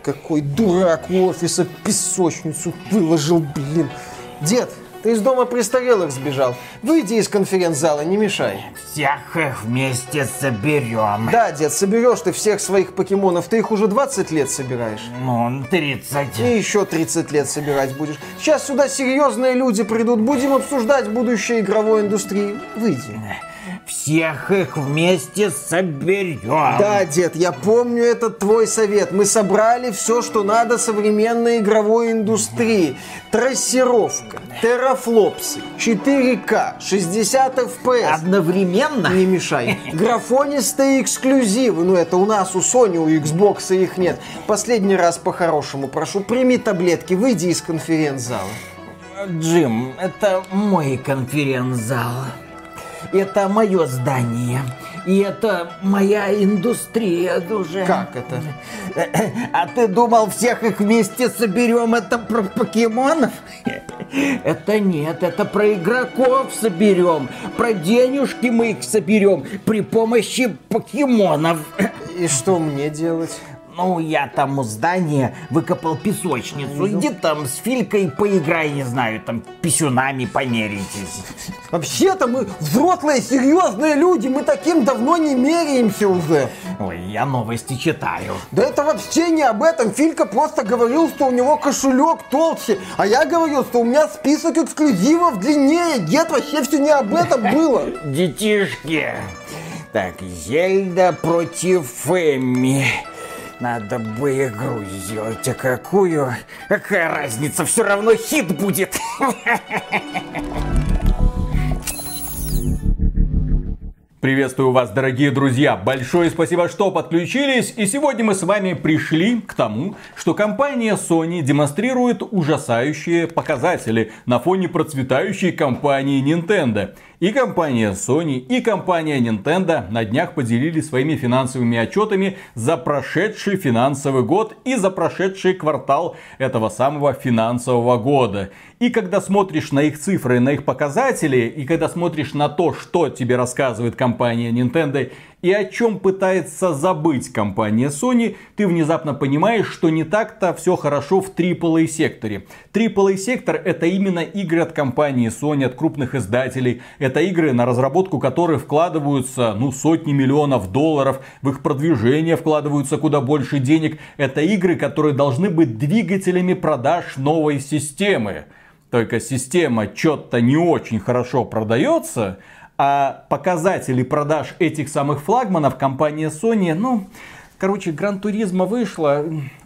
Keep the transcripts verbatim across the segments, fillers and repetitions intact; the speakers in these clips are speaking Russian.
какой дурак у офиса песочницу выложил, блин. Дед, ты из дома престарелых сбежал. Выйди из конференц-зала, не мешай. Всех их вместе соберем. Да, дед, соберешь ты всех своих покемонов. Ты их уже двадцать лет собираешь. Ну, тридцать. И еще тридцать лет собирать будешь. Сейчас сюда серьезные люди придут. Будем обсуждать будущее игровой индустрии. Выйди. Всех их вместе соберем. Да, дед, я помню этот твой совет. Мы собрали все, что надо современной игровой индустрии. Трассировка, терафлопсы, четыре ка, шестьдесят эф пи эс. Одновременно? Не мешай. Графонистые эксклюзивы. Ну, это у нас, у Sony, у Xbox их нет. Последний раз по-хорошему прошу, прими таблетки, выйди из конференц-зала. Джим, это мой конференц-зал. Это мое здание. И это моя индустрия уже. Как это? А ты думал, всех их вместе соберем? Это про покемонов? Это нет, это про игроков соберем. Про денежки мы их соберем при помощи покемонов. И что мне делать? Ну, я там у здания выкопал песочницу. Иди там с Филькой поиграй, не знаю, там писюнами померитесь. Вообще-то мы взрослые, серьезные люди. Мы таким давно не меряемся уже. Ой, я новости читаю. Да это вообще не об этом. Филька просто говорил, что у него кошелек толще. А я говорил, что у меня список эксклюзивов длиннее. Дед, вообще все не об этом было. Детишки. Так, Зельда против Эмми. Надо бы игру сделать, а какую? Какая разница, все равно хит будет. Приветствую вас, дорогие друзья! Большое спасибо, что подключились. И сегодня мы с вами пришли к тому, что компания Sony демонстрирует ужасающие показатели на фоне процветающей компании Nintendo. И компания Sony, и компания Nintendo на днях поделились своими финансовыми отчетами за прошедший финансовый год и за прошедший квартал этого самого финансового года. И когда смотришь на их цифры, на их показатели, и когда смотришь на то, что тебе рассказывает компания Nintendo, и о чем пытается забыть компания Sony, ты внезапно понимаешь, что не так-то все хорошо в трипл эй секторе. трипл эй сектор — это именно игры от компании Sony, от крупных издателей. Это игры, на разработку которых вкладываются ну, сотни миллионов долларов, в их продвижение вкладываются куда больше денег. Это игры, которые должны быть двигателями продаж новой системы. Только система что-то не очень хорошо продается, а показатели продаж этих самых флагманов компания Sony, ну, короче, Гран Туризмо вышла,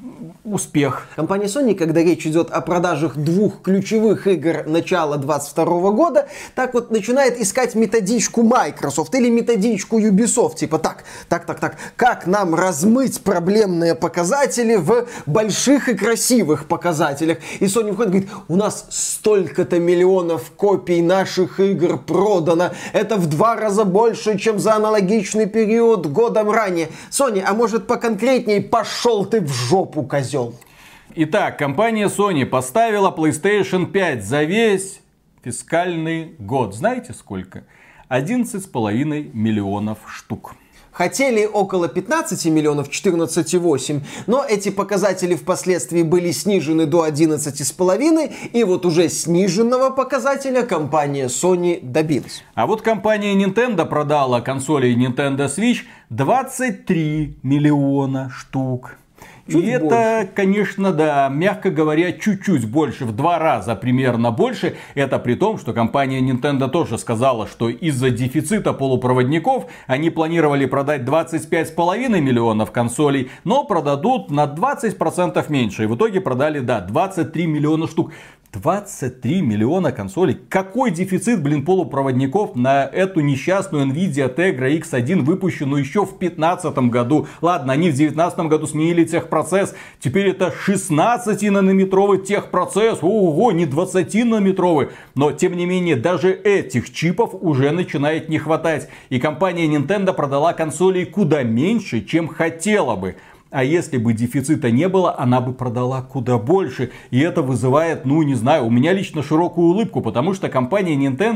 успех. Компания Sony, когда речь идет о продажах двух ключевых игр начала двадцать второго года, так вот начинает искать методичку Microsoft или методичку Ubisoft. Типа так, так, так, так, как нам размыть проблемные показатели в больших и красивых показателях. И Sony выходит и говорит, у нас столько-то миллионов копий наших игр продано. Это в два раза больше, чем за аналогичный период годом ранее. Sony, а может поконкретней, пошел ты в жопу, козел. Итак, компания Sony поставила PlayStation пять за весь фискальный год. Знаете сколько? одиннадцать с половиной миллионов штук. Хотели около пятнадцати миллионов, четырнадцать и восемь, но эти показатели впоследствии были снижены до одиннадцати с половиной, и вот уже сниженного показателя компания Sony добилась. А вот компания Nintendo продала консоли Nintendo Switch двадцать три миллиона штук. Чуть и больше. Это, конечно, да, мягко говоря, чуть-чуть больше, в два раза примерно больше. Это при том, что компания Nintendo тоже сказала, что из-за дефицита полупроводников они планировали продать двадцать пять с половиной миллионов консолей, но продадут на двадцать процентов меньше. И в итоге продали, да, двадцать три миллиона штук. двадцать три миллиона консолей. Какой дефицит, блин, полупроводников на эту несчастную Nvidia Tegra икс один, выпущенную еще в пятнадцатом году. Ладно, они в девятнадцатом году сменили техпроцесс. Теперь это шестнадцатинанометровый техпроцесс. Ого, не двадцатинанометровый. Но, тем не менее, даже этих чипов уже начинает не хватать. И компания Nintendo продала консолей куда меньше, чем хотела бы. А если бы дефицита не было, она бы продала куда больше. И это вызывает, ну не знаю, у меня лично широкую улыбку, потому что компания Nintendo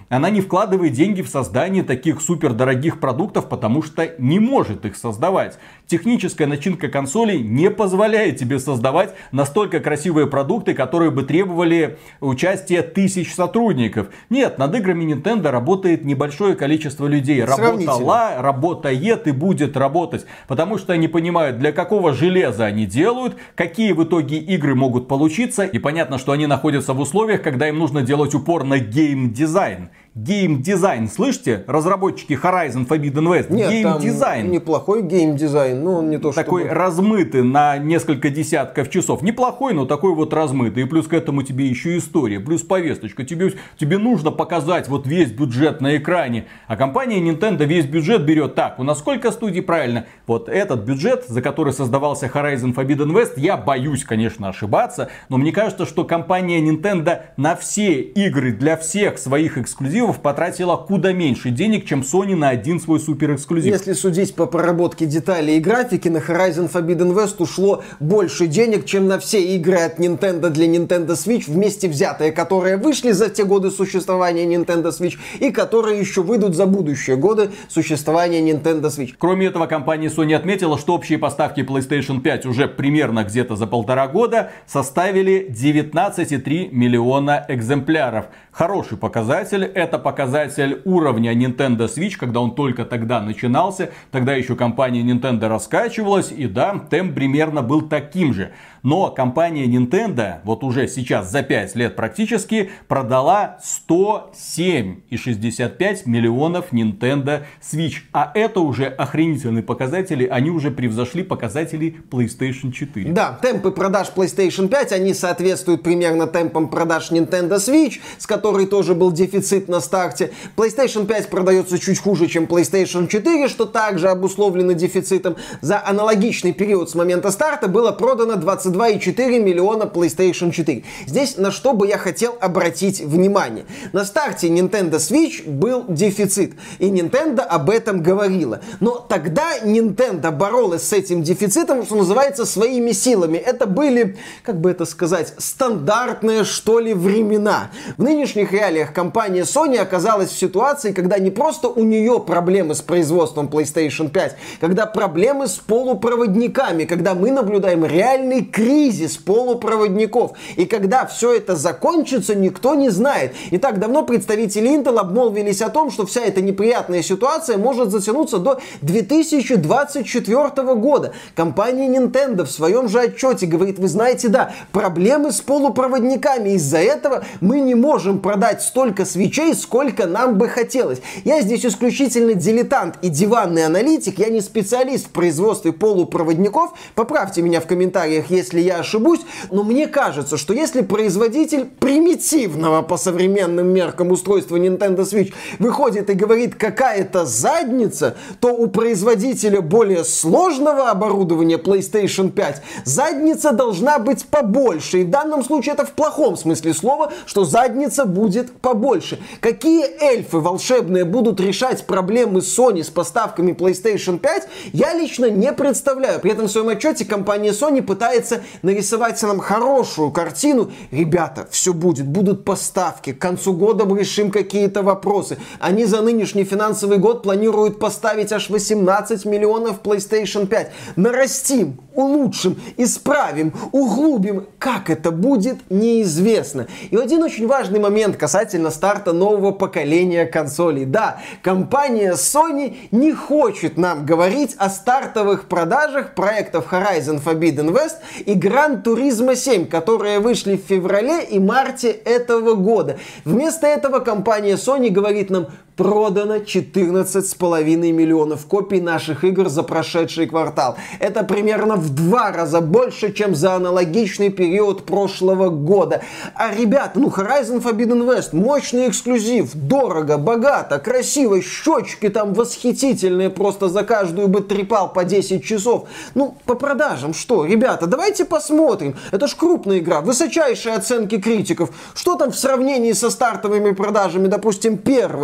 Она не вкладывает деньги в создание таких супердорогих продуктов, потому что не может их создавать. Техническая начинка консолей не позволяет тебе создавать настолько красивые продукты, которые бы требовали участия тысяч сотрудников. Нет, над играми Nintendo работает небольшое количество людей. Работала, работает и будет работать. Потому что они понимают, для какого железа они делают, какие в итоге игры могут получиться. И понятно, что они находятся в условиях, когда им нужно делать упор на геймдизайн. Геймдизайн, слышите? Разработчики Horizon Forbidden West. Нет, геймдизайн. Там неплохой геймдизайн, но он не то, такой чтобы... размытый на несколько десятков часов. Неплохой, но такой вот размытый. И плюс к этому тебе еще история, плюс повесточка. Тебе, тебе нужно показать вот весь бюджет на экране. А компания Nintendo весь бюджет берет. Так, у нас сколько студий? Правильно. Вот этот бюджет, за который создавался Horizon Forbidden West, я боюсь, конечно, ошибаться, но мне кажется, что компания Nintendo на все игры для всех своих эксклюзивов потратила куда меньше денег, чем Sony на один свой супер эксклюзив. Если судить по проработке деталей и графики, на Horizon Forbidden West ушло больше денег, чем на все игры от Nintendo для Nintendo Switch вместе взятые, которые вышли за те годы существования Nintendo Switch и которые еще выйдут за будущие годы существования Nintendo Switch. Кроме этого, компания Sony отметила, что общие поставки PlayStation пять уже примерно где-то за полтора года составили девятнадцать целых три миллиона экземпляров. Хороший показатель. Это показатель уровня Nintendo Switch, когда он только тогда начинался. Тогда еще компания Nintendo раскачивалась. И да, темп примерно был таким же. Но компания Nintendo, вот уже сейчас за пять лет практически, продала сто семь целых шестьдесят пять миллионов Nintendo Switch. А это уже охренительные показатели. Они уже превзошли показатели PlayStation четыре. Да, темпы продаж PlayStation пять, они соответствуют примерно темпам продаж Nintendo Switch, с которой тоже был дефицит на старте. PlayStation пять продается чуть хуже, чем PlayStation четыре, что также обусловлено дефицитом. За аналогичный период с момента старта было продано двадцать два целых четыре миллиона PlayStation четыре. Здесь на что бы я хотел обратить внимание. На старте Nintendo Switch был дефицит, и Nintendo об этом говорила. Но тогда Nintendo боролась с этим дефицитом, что называется, своими силами. Это были, как бы это сказать, стандартные, что ли, времена. В нынешних реалиях компания Sony оказалась в ситуации, когда не просто у нее проблемы с производством PlayStation пять, когда проблемы с полупроводниками, когда мы наблюдаем реальный кризис полупроводников. И когда все это закончится, никто не знает. И так давно представители Intel обмолвились о том, что вся эта неприятная ситуация может затянуться до две тысячи двадцать четвёртого года. Компания Nintendo в своем же отчете говорит: вы знаете, да, проблемы с полупроводниками. Из-за этого мы не можем продать столько свечей, сколько нам бы хотелось. Я здесь исключительно дилетант и диванный аналитик. Я не специалист в производстве полупроводников. Поправьте меня в комментариях, если я ошибусь. Но мне кажется, что если производитель примитивного по современным меркам устройства Nintendo Switch выходит и говорит какая-то задница, то у производителя более сложного оборудования PlayStation пять задница должна быть побольше. И в данном случае это в плохом смысле слова, что задница будет побольше. Какие эльфы волшебные будут решать проблемы Sony с поставками PlayStation пять, я лично не представляю. При этом в своем отчете компания Sony пытается нарисовать нам хорошую картину. Ребята, все будет, будут поставки. К концу года мы решим какие-то вопросы. Они за нынешний финансовый год планируют поставить аж восемнадцать миллионов PlayStation пять. Нарастим, улучшим, исправим, углубим. Как это будет, неизвестно. И один очень важный момент касательно старта нового поколения консолей. Да, компания Sony не хочет нам говорить о стартовых продажах проектов Horizon Forbidden West и Gran Turismo семь, которые вышли в феврале и марте этого года. Вместо этого компания Sony говорит нам: продано четырнадцать с половиной миллионов копий наших игр за прошедший квартал. Это примерно в два раза больше, чем за аналогичный период прошлого года. А ребята, ну Horizon Forbidden West, мощный эксклюзив, дорого, богато, красиво, щечки там восхитительные, просто за каждую бы трепал по десять часов. Ну, по продажам что? Ребята, давайте посмотрим. Это ж крупная игра, высочайшие оценки критиков. Что там в сравнении со стартовыми продажами, допустим, первой части?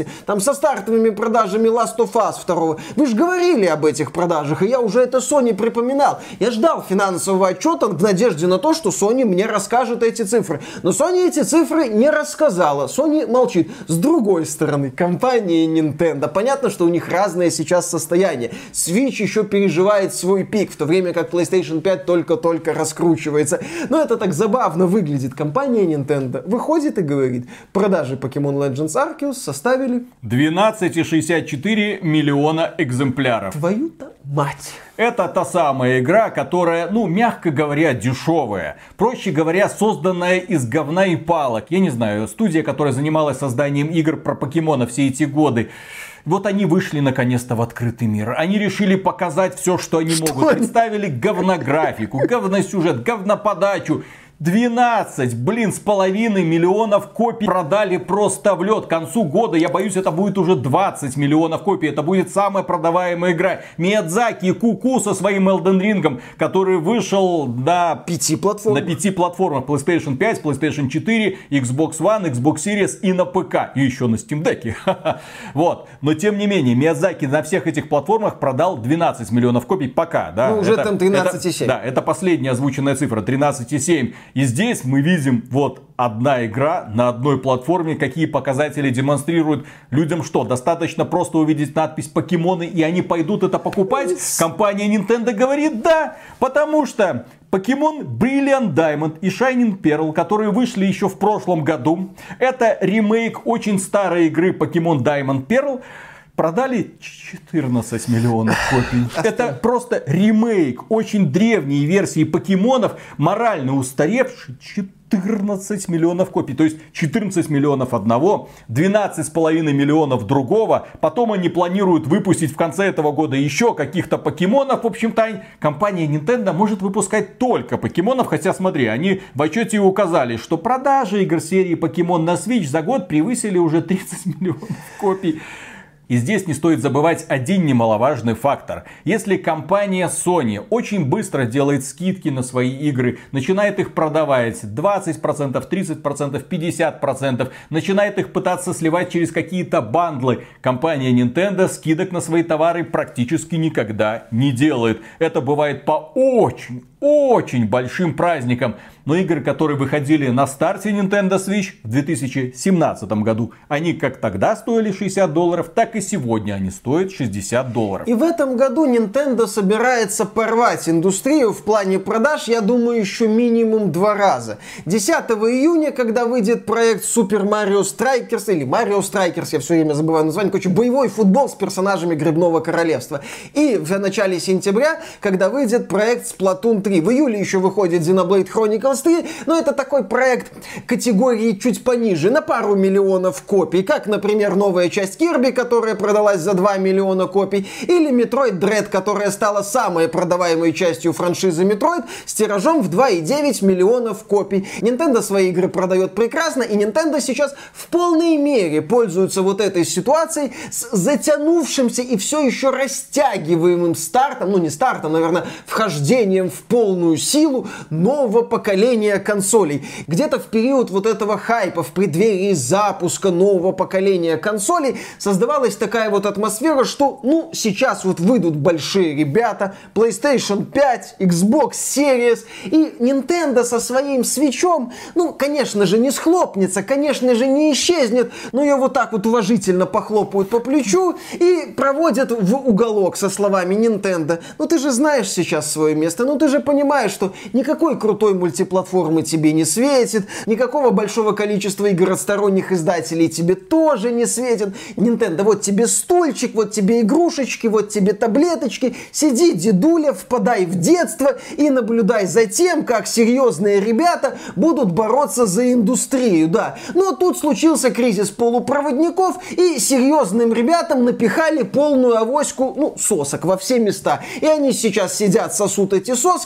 вместе. Там со стартовыми продажами Last of Us два. Вы же говорили об этих продажах, и я уже это Sony припоминал. Я ждал финансового отчета в надежде на то, что Sony мне расскажет эти цифры. Но Sony эти цифры не рассказала. Sony молчит. С другой стороны, компания Nintendo. Понятно, что у них разное сейчас состояние. Switch еще переживает свой пик, в то время как PlayStation пять только-только раскручивается. Но это так забавно выглядит. Компания Nintendo выходит и говорит, продажи Pokemon Legends Arceus составили двенадцать целых шестьдесят четыре миллиона экземпляров. Твою-то мать. Это та самая игра, которая, ну, мягко говоря, дешевая. Проще говоря, созданная из говна и палок. Я не знаю, студия, которая занималась созданием игр про покемонов все эти годы. Вот они вышли наконец-то в открытый мир. Они решили показать все, что они что могут. они? Представили говнографику, говносюжет, говноподачу. двенадцать, блин, с половиной миллионов копий продали просто в лед. К концу года, я боюсь, это будет уже двадцать миллионов копий. Это будет самая продаваемая игра. Миядзаки и Куку со своим Elden Ring, который вышел на Пяти платформ. на пяти платформах: PlayStation пять, PlayStation четыре, Xbox One, Xbox Series и на ПК. И еще на Steam Deck. Вот. Но тем не менее, Миядзаки на всех этих платформах продал двенадцать миллионов копий пока. Да? Ну, уже это, там тринадцать целых семь. Да, это последняя озвученная цифра. тринадцать целых семь. И здесь мы видим вот одна игра на одной платформе. Какие показатели демонстрируют людям что? Достаточно просто увидеть надпись «Покемоны» и они пойдут это покупать? Компания Nintendo говорит да, потому что Pokemon Brilliant Diamond и Shining Pearl, которые вышли еще в прошлом году, это ремейк очень старой игры Pokemon Diamond Pearl, продали четырнадцать миллионов копий. Это просто ремейк очень древней версии покемонов, морально устаревший. четырнадцать миллионов копий. То есть четырнадцать миллионов одного, двенадцать с половиной миллионов другого. Потом они планируют выпустить в конце этого года еще каких-то покемонов. В общем-то, компания Nintendo может выпускать только покемонов. Хотя, смотри, они в отчете указали, что продажи игр серии Покемон на Switch за год превысили уже тридцать миллионов копий. И здесь не стоит забывать один немаловажный фактор. Если компания Sony очень быстро делает скидки на свои игры, начинает их продавать двадцать процентов, тридцать процентов, пятьдесят процентов, начинает их пытаться сливать через какие-то бандлы, компания Nintendo скидок на свои товары практически никогда не делает. Это бывает по очень, очень большим праздникам. Но игры, которые выходили на старте Nintendo Switch в две тысячи семнадцатом году, они как тогда стоили шестьдесят долларов, так и сегодня они стоят шестьдесят долларов. И в этом году Nintendo собирается порвать индустрию в плане продаж, я думаю, еще минимум два раза. десятого июня, когда выйдет проект Super Mario Strikers, или Mario Strikers, я все время забываю название, короче, боевой футбол с персонажами Грибного Королевства. И в начале сентября, когда выйдет проект Splatoon три. В июле еще выходит Xenoblade Chronicles три, но это такой проект категории чуть пониже, на пару миллионов копий, как, например, новая часть Kirby, которая продалась за два миллиона копий, или Metroid Dread, которая стала самой продаваемой частью франшизы Metroid с тиражом в два и девять миллионов копий. Nintendo свои игры продает прекрасно, и Nintendo сейчас в полной мере пользуется вот этой ситуацией с затянувшимся и все еще растягиваемым стартом, ну не стартом, наверное, вхождением в полную силу нового поколения консолей. Где-то в период вот этого хайпа, в преддверии запуска нового поколения консолей, создавалась такая вот атмосфера, что, ну, сейчас вот выйдут большие ребята, PlayStation пять, Xbox Series, и Nintendo со своим свитчом, ну, конечно же, не схлопнется, конечно же, не исчезнет, но ее вот так вот уважительно похлопают по плечу и проводят в уголок со словами Nintendo: ну, ты же знаешь сейчас свое место, ну, ты же понимаешь, что никакой крутой мультиплатформы тебе не светит, никакого большого количества игр от сторонних издателей тебе тоже не светит. Nintendo, вот тебе стульчик, вот тебе игрушечки, вот тебе таблеточки, сиди, дедуля, впадай в детство и наблюдай за тем, как серьезные ребята будут бороться за индустрию, да. Но тут случился кризис полупроводников, и серьезным ребятам напихали полную авоську, ну, сосок во все места. И они сейчас сидят, сосут эти соски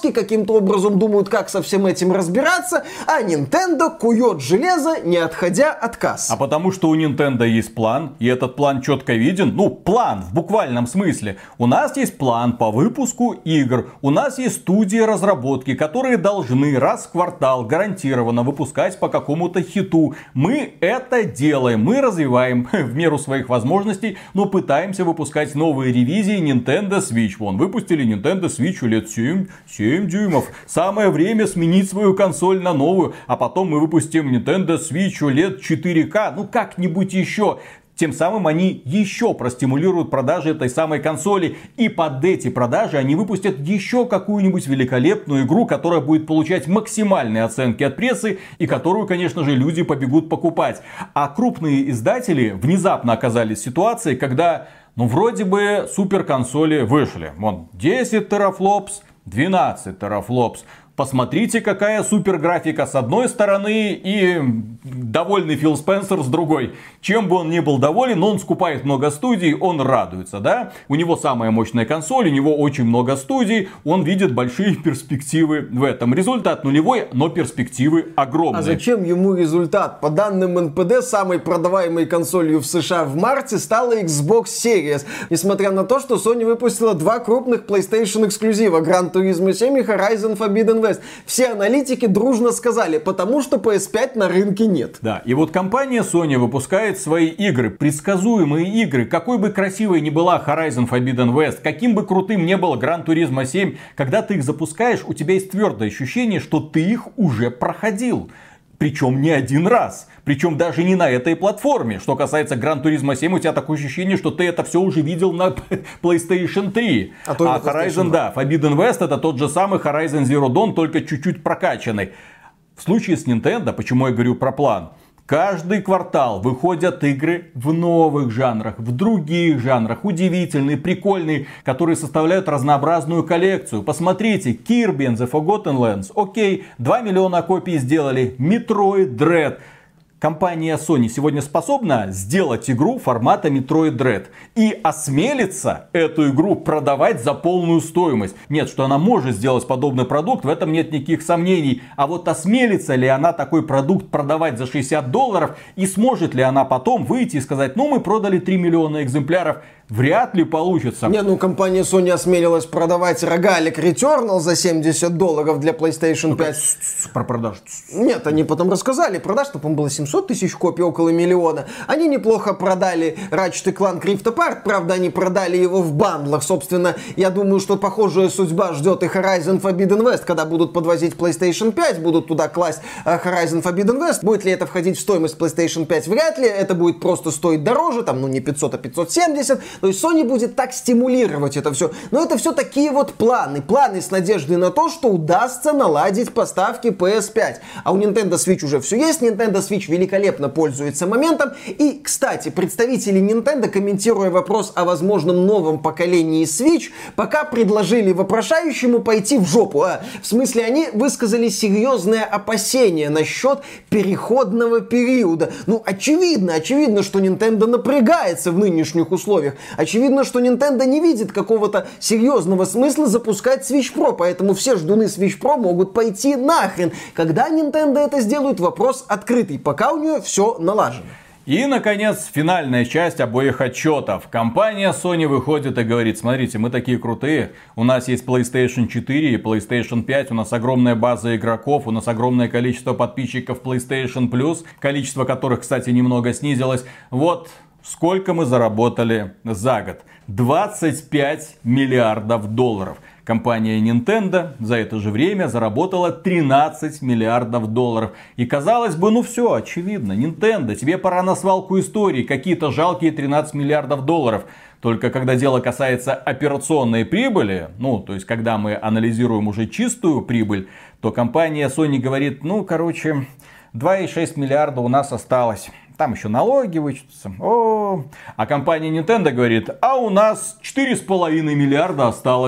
разработки, каким-то образом думают, как со всем этим разбираться, а Nintendo кует железо, не отходя от касс. А потому что у Nintendo есть план, и этот план четко виден. Ну, план в буквальном смысле. У нас есть план по выпуску игр. У нас есть студии разработки, которые должны раз в квартал гарантированно выпускать по какому-то хиту. Мы это делаем. Мы развиваем в меру своих возможностей, но пытаемся выпускать новые ревизии Nintendo Switch. Вон, выпустили Nintendo Switch лет семь, семь дюймов. Самое время сменить свою консоль на новую. А потом мы выпустим Nintendo Switch лет четыре ка. Ну, как-нибудь еще. Тем самым они еще простимулируют продажи этой самой консоли. И под эти продажи они выпустят еще какую-нибудь великолепную игру, которая будет получать максимальные оценки от прессы. И которую, конечно же, люди побегут покупать. А крупные издатели внезапно оказались в ситуации, когда, ну, вроде бы супер консоли вышли. Вон, десять терафлопс, двенадцать терафлопс. Посмотрите, какая супер графика с одной стороны и довольный Фил Спенсер с другой. Чем бы он ни был доволен, он скупает много студий, он радуется, да? У него самая мощная консоль, у него очень много студий, он видит большие перспективы в этом. Результат нулевой, но перспективы огромные. А зачем ему результат? По данным эн пэ дэ, самой продаваемой консолью в США в марте стала Xbox Series. Несмотря на то, что Sony выпустила два крупных PlayStation эксклюзива: Gran Turismo семь и Horizon Forbidden West. Все аналитики дружно сказали, потому что пи эс пять на рынке нет. Да, и вот компания Sony выпускает свои игры, предсказуемые игры. Какой бы красивой ни была Horizon Forbidden West, каким бы крутым ни было Gran Turismo семь, когда ты их запускаешь, у тебя есть твердое ощущение, что ты их уже проходил. Причем не один раз. Причем даже не на этой платформе. Что касается Gran Turismo семь, у тебя такое ощущение, что ты это все уже видел на PlayStation три. А, а Horizon, да, Forbidden West это тот же самый Horizon Zero Dawn, только чуть-чуть прокачанный. В случае с Nintendo, почему я говорю про план? Каждый квартал выходят игры в новых жанрах, в других жанрах, удивительные, прикольные, которые составляют разнообразную коллекцию. Посмотрите, Kirby and the Forgotten Lands, окей, два миллиона копий сделали, Metroid Dread. Компания Sony сегодня способна сделать игру формата Metroid Dread и осмелиться эту игру продавать за полную стоимость. Нет, что она может сделать подобный продукт, в этом нет никаких сомнений. А вот осмелится ли она такой продукт продавать за шестьдесят долларов и сможет ли она потом выйти и сказать: ну, мы продали три миллиона экземпляров, вряд ли получится. Не, ну компания Sony осмелилась продавать рогалик Returnal за семьдесят долларов для PlayStation пять. Про продажу. Нет, они потом рассказали. Продаж-то, по-моему, было семьсот тысяч копий, около миллиона. Они неплохо продали Ratchet и Clank Rift Apart. Правда, они продали его в бандлах. Собственно, я думаю, что похожая судьба ждет и Horizon Forbidden West, когда будут подвозить PlayStation пять, будут туда класть Horizon Forbidden West. Будет ли это входить в стоимость PlayStation пять? Вряд ли. Это будет просто стоить дороже, там, ну, не пятьсот, а пятьсот семьдесят. То есть Sony будет так стимулировать это все. Но это все такие вот планы. Планы с надеждой на то, что удастся наладить поставки пи эс пять. А у Nintendo Switch уже все есть. Nintendo Switch великолепно пользуется моментом. И, кстати, представители Nintendo, комментируя вопрос о возможном новом поколении Switch, пока предложили вопрошающему пойти в жопу. А, в смысле, они высказали серьезное опасение насчет переходного периода. Ну, очевидно, очевидно, что Nintendo напрягается в нынешних условиях. Очевидно, что Nintendo не видит какого-то серьезного смысла запускать Switch Pro, поэтому все ждуны Switch Pro могут пойти нахрен. Когда Nintendo это сделают, вопрос открытый. Пока у нее все налажено. И, наконец, финальная часть обоих отчетов. Компания Sony выходит и говорит: смотрите, мы такие крутые, у нас есть PlayStation четыре и PlayStation пять, у нас огромная база игроков, у нас огромное количество подписчиков PlayStation Plus, количество которых, кстати, немного снизилось. Вот сколько мы заработали за год. двадцать пять миллиардов долларов. Компания Nintendo за это же время заработала тринадцать миллиардов долларов. И казалось бы, ну все, очевидно. Nintendo, тебе пора на свалку истории. Какие-то жалкие тринадцать миллиардов долларов. Только когда дело касается операционной прибыли, ну, то есть когда мы анализируем уже чистую прибыль, то компания Sony говорит: ну, короче, два и шесть миллиарда у нас осталось. Там еще налоги вычтутся. О, а компания Nintendo говорит: а у нас четыре с половиной миллиарда осталось.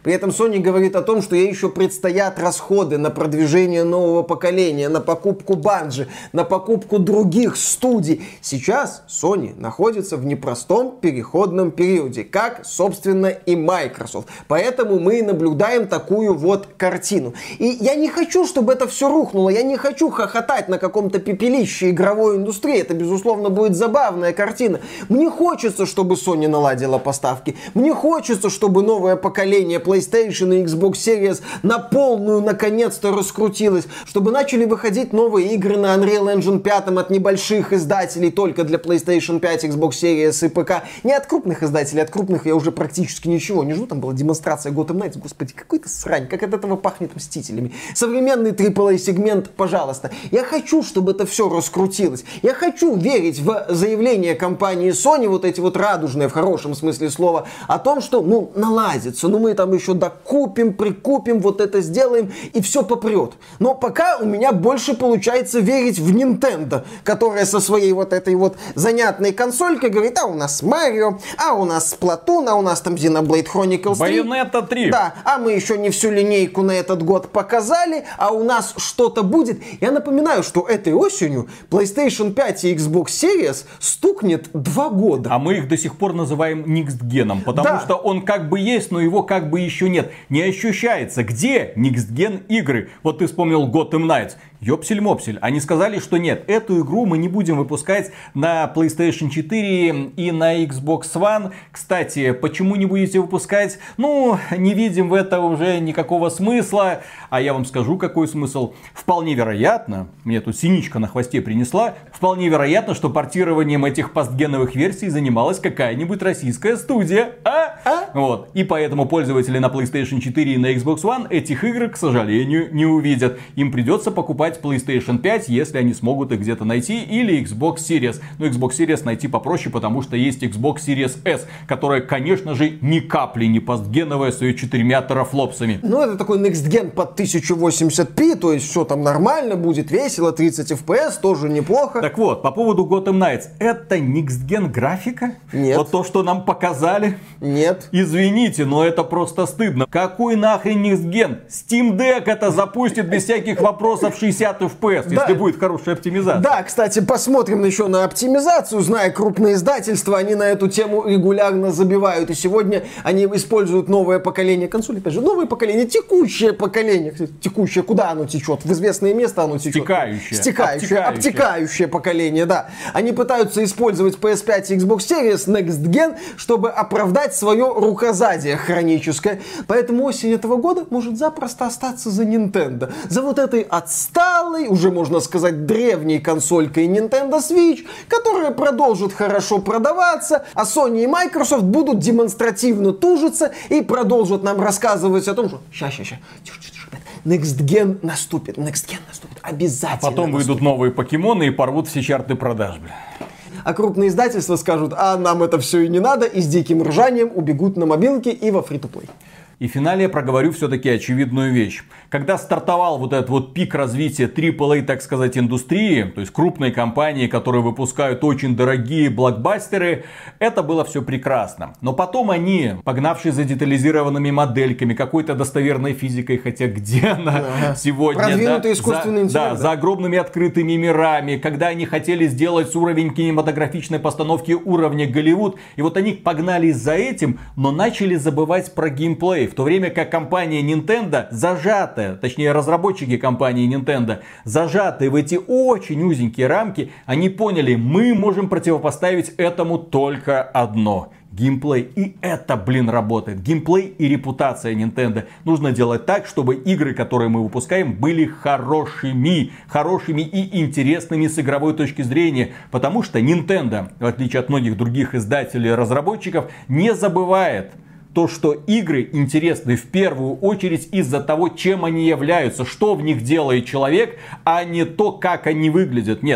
При этом Sony говорит о том, что ей еще предстоят расходы на продвижение нового поколения, на покупку Bungie, на покупку других студий. Сейчас Sony находится в непростом переходном периоде, как, собственно, и Microsoft. Поэтому мы наблюдаем такую вот картину. И я не хочу, чтобы это все рухнуло, я не хочу хохотать на каком-то пепелище игровой индустрии. Это, безусловно, будет забавная картина. Мне хочется, чтобы Sony наладила поставки. Мне хочется, чтобы новое поколение PlayStation и Xbox Series на полную наконец-то раскрутилось. Чтобы начали выходить новые игры на Unreal Engine пять от небольших издателей только для PlayStation пять, Xbox Series и ПК. Не от крупных издателей, от крупных я уже практически ничего не жду. Там была демонстрация Gotham Knights. Господи, какой-то срань. Как от этого пахнет Мстителями. Современный трипл эй сегмент, пожалуйста. Я хочу, чтобы это все раскрутилось. Я хочу верить в заявление компании Sony, вот эти вот радужные, в хорошем смысле слова, о том, что, ну, наладится, ну, мы там еще докупим, прикупим, вот это сделаем, и все попрет. Но пока у меня больше получается верить в Nintendo, которая со своей вот этой вот занятной консолькой говорит, а у нас Марио, а у нас Splatoon, а у нас там Xenoblade Chronicles три. Bayonetta три. Да, а мы еще не всю линейку на этот год показали, а у нас что-то будет. Я напоминаю, что этой осенью PlayStation пять и Xbox Series стукнет два года. А мы их до сих пор называем Next-геном, потому Да. что он как бы есть, но его как бы еще нет. Не ощущается. Где Next-ген игры? Вот ты вспомнил Gotham Knights. Ёпсель-мопсель. Они сказали, что нет, эту игру мы не будем выпускать на PlayStation четыре и на Xbox One. Кстати, почему не будете выпускать? Ну, не видим в этом уже никакого смысла. А я вам скажу, какой смысл. Вполне вероятно, мне тут синичка на хвосте принесла, вполне вероятно, что портированием этих постгеновых версий занималась какая-нибудь российская студия. А? А? Вот. И поэтому пользователи на PlayStation четыре и на Xbox One этих игр, к сожалению, не увидят. Им придется покупать PlayStation пять, если они смогут их где-то найти, или Xbox Series. Но Xbox Series найти попроще, потому что есть Xbox Series S, которая, конечно же, ни капли не постгеновая с ее четырьмя терафлопсами. Ну, это такой Next Gen под тысяча восемьдесят пи, то есть все там нормально, будет весело, тридцать эф пи эс, тоже неплохо. Так вот, по поводу Gotham Knights. Это Next Gen графика? Нет. Вот то, что нам показали? Нет. Извините, но это просто стыдно. Какой нахрен Next Gen? Steam Deck это запустит без всяких вопросов шестьдесят эф пи эс, Да. если будет хорошая оптимизация. Да, кстати, посмотрим еще на оптимизацию. Зная крупные издательства, они на эту тему регулярно забивают. И сегодня они используют новое поколение консолей. Опять же, новое поколение, текущее поколение. Кстати, текущее, куда оно течет? В известное место оно течет. Стекающее. Стекающее. Обтекающее. Обтекающее поколение, да. Они пытаются использовать пи эс пять и Xbox Series Next Gen, чтобы оправдать свое рукозадие хроническое. Поэтому осень этого года может запросто остаться за Nintendo. За вот этой отсталой, уже можно сказать, древней консолькой Nintendo Switch, которая продолжит хорошо продаваться, а Sony и Microsoft будут демонстративно тужиться и продолжат нам рассказывать о том, что ща, ща, ща, тише, тише, тише, Next Gen наступит, Next Gen наступит, обязательно. Потом наступит. выйдут новые покемоны и порвут все чарты продаж, бля. А крупные издательства скажут, а нам это все и не надо, и с диким ржанием убегут на мобилки и во фри-то-плей. И в финале я проговорю все-таки очевидную вещь. Когда стартовал вот этот вот пик развития трипл эй, так сказать, индустрии, то есть крупные компании, которые выпускают очень дорогие блокбастеры, это было все прекрасно. Но потом они, погнавшись за детализированными модельками, какой-то достоверной физикой, хотя где она Ага. сегодня, Продвинутый да, искусственный за, интеллект, да, да. за огромными открытыми мирами, когда они хотели сделать уровень кинематографичной постановки уровня Голливуд, и вот они погнались за этим, но начали забывать про геймплей. В то время как компания Nintendo, зажатая, точнее разработчики компании Nintendo, зажатые в эти очень узенькие рамки, они поняли, мы можем противопоставить этому только одно. Геймплей. И это, блин, работает. Геймплей и репутация Nintendo. Нужно делать так, чтобы игры, которые мы выпускаем, были хорошими. Хорошими и интересными с игровой точки зрения. Потому что Nintendo, в отличие от многих других издателей и разработчиков, не забывает то, что игры интересны в первую очередь из-за того, чем они являются, что в них делает человек, а не то, как они выглядят. Нет. В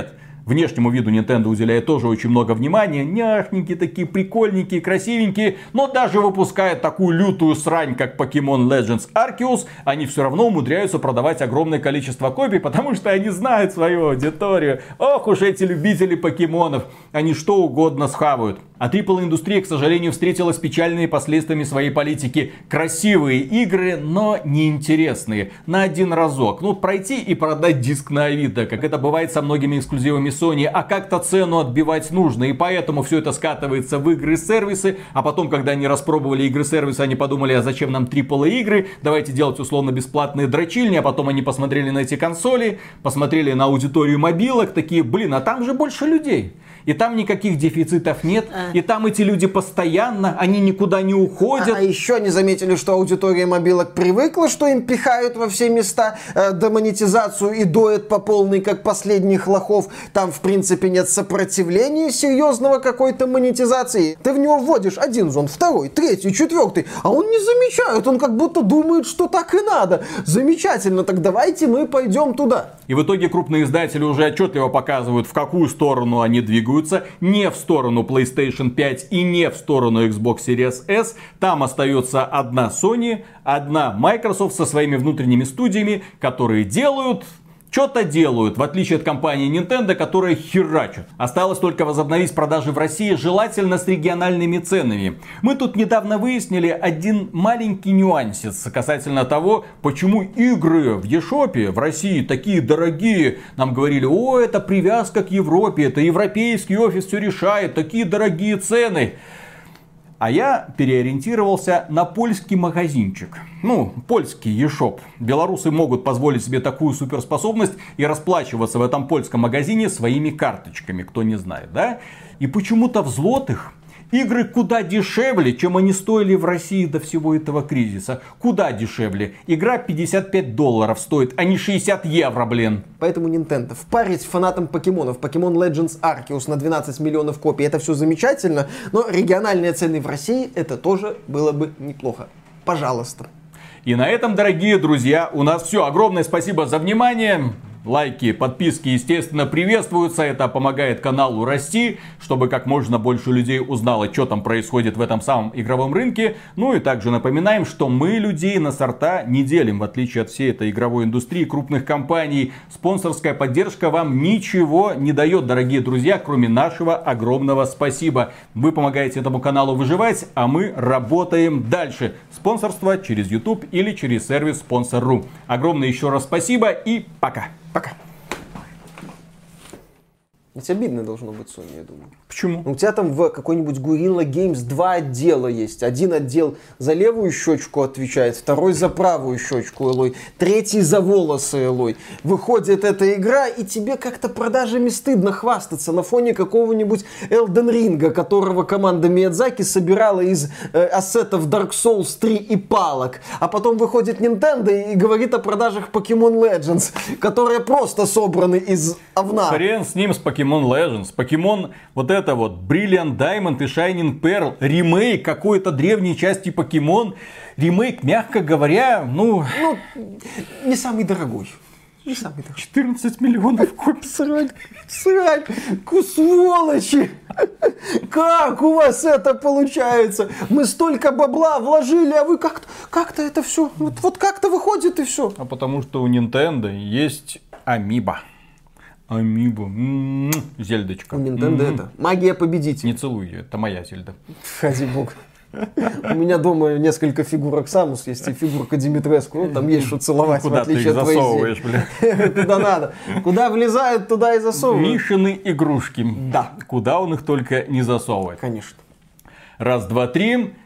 Внешнему виду Nintendo уделяет тоже очень много внимания. Няхненькие такие, прикольненькие, красивенькие. Но даже выпуская такую лютую срань, как Pokemon Legends Arceus, они все равно умудряются продавать огромное количество копий, потому что они знают свою аудиторию. Ох уж эти любители покемонов. Они что угодно схавают. А трипл эй-индустрия, к сожалению, встретилась с печальными последствиями своей политики. Красивые игры, но неинтересные. На один разок. Ну, пройти и продать диск на Авито, как это бывает со многими эксклюзивами Sony. А как-то цену отбивать нужно. И поэтому все это скатывается в игры-сервисы. А потом, когда они распробовали игры-сервисы, они подумали, а зачем нам трипл эй-игры? Давайте делать условно-бесплатные дрочильни. А потом они посмотрели на эти консоли, посмотрели на аудиторию мобилок. Такие, блин, а там же больше людей. И там никаких дефицитов нет. А. И там эти люди постоянно, они никуда не уходят. А, а еще не заметили, что аудитория мобилок привыкла, что им пихают во все места э, демонетизацию и доят по полной, как последних лохов. Там, в принципе, нет сопротивления серьезного какой-то монетизации. Ты в него вводишь один зон, второй, третий, четвертый, а он не замечает. Он как будто думает, что так и надо. Замечательно, так давайте мы пойдем туда. И в итоге крупные издатели уже отчетливо показывают, в какую сторону они двигаются. Не в сторону PlayStation пять и не в сторону Xbox Series S. Там остается одна Sony, одна Microsoft со своими внутренними студиями, которые делают... Что-то делают, в отличие от компании Nintendo, которая херачит. Осталось только возобновить продажи в России, желательно с региональными ценами. Мы тут недавно выяснили один маленький нюансец касательно того, почему игры в eShop в России такие дорогие. Нам говорили, о, это привязка к Европе, это европейский офис все решает, такие дорогие цены. А я переориентировался на польский магазинчик. Ну, польский eShop. Белорусы могут позволить себе такую суперспособность и расплачиваться в этом польском магазине своими карточками, кто не знает, да? И почему-то в злотых игры куда дешевле, чем они стоили в России до всего этого кризиса. Куда дешевле. Игра пятьдесят пять долларов стоит, а не шестьдесят евро, блин. Поэтому Nintendo впарить фанатам покемонов. Pokemon Legends Arceus на двенадцать миллионов копий. Это все замечательно, но региональные цены в России, это тоже было бы неплохо. Пожалуйста. И на этом, дорогие друзья, у нас все. Огромное спасибо за внимание. Лайки, подписки, естественно, приветствуются. Это помогает каналу расти, чтобы как можно больше людей узнало, что там происходит в этом самом игровом рынке. Ну и также напоминаем, что мы людей на сорта не делим, в отличие от всей этой игровой индустрии, крупных компаний. Спонсорская поддержка вам ничего не дает, дорогие друзья, кроме нашего огромного спасибо. Вы помогаете этому каналу выживать, а мы работаем дальше. Спонсорство через YouTube или через сервис спонсор точка ру. Огромное еще раз спасибо и пока. Пока. Ведь обидно должно быть Sony, я думаю. Почему? У тебя там в какой-нибудь Guerrilla Games два отдела есть. Один отдел за левую щечку отвечает, второй за правую щечку, Элой, третий за волосы, Элой. Выходит эта игра, и тебе как-то продажами стыдно хвастаться на фоне какого-нибудь Elden Ring, которого команда Миядзаки собирала из э, ассетов Dark Souls три и палок. А потом выходит Nintendo и говорит о продажах Pokemon Legends, которые просто собраны из овна. Хрен с ним, с Pokemon Legends. Pokemon, вот это вот, Brilliant Diamond и Shining Pearl, ремейк какой-то древней части Pokemon. Ремейк, мягко говоря, ну... Ну, не самый дорогой. Не самый дорогой. четырнадцать миллионов копий. Срань, срань, сволочи! Как у вас это получается? Мы столько бабла вложили, а вы как-то, как-то это все, вот, вот как-то выходит и все. А потому что у Nintendo есть Амиба. Амибо. М-м-м. Зельдочка. У Nintendo М-м. это магия победителя. Не целуй ее, это моя Зельда. Ради бога. У меня дома несколько фигурок Самус есть и фигурка Димитреску. Ну, там есть что целовать, куда в отличие ты их от твоей засовываешь, Зельды. Куда надо. Куда влезают, туда и засовывают. Мишины игрушки. Да. Куда он их только не засовывает. Конечно. Раз, два, три.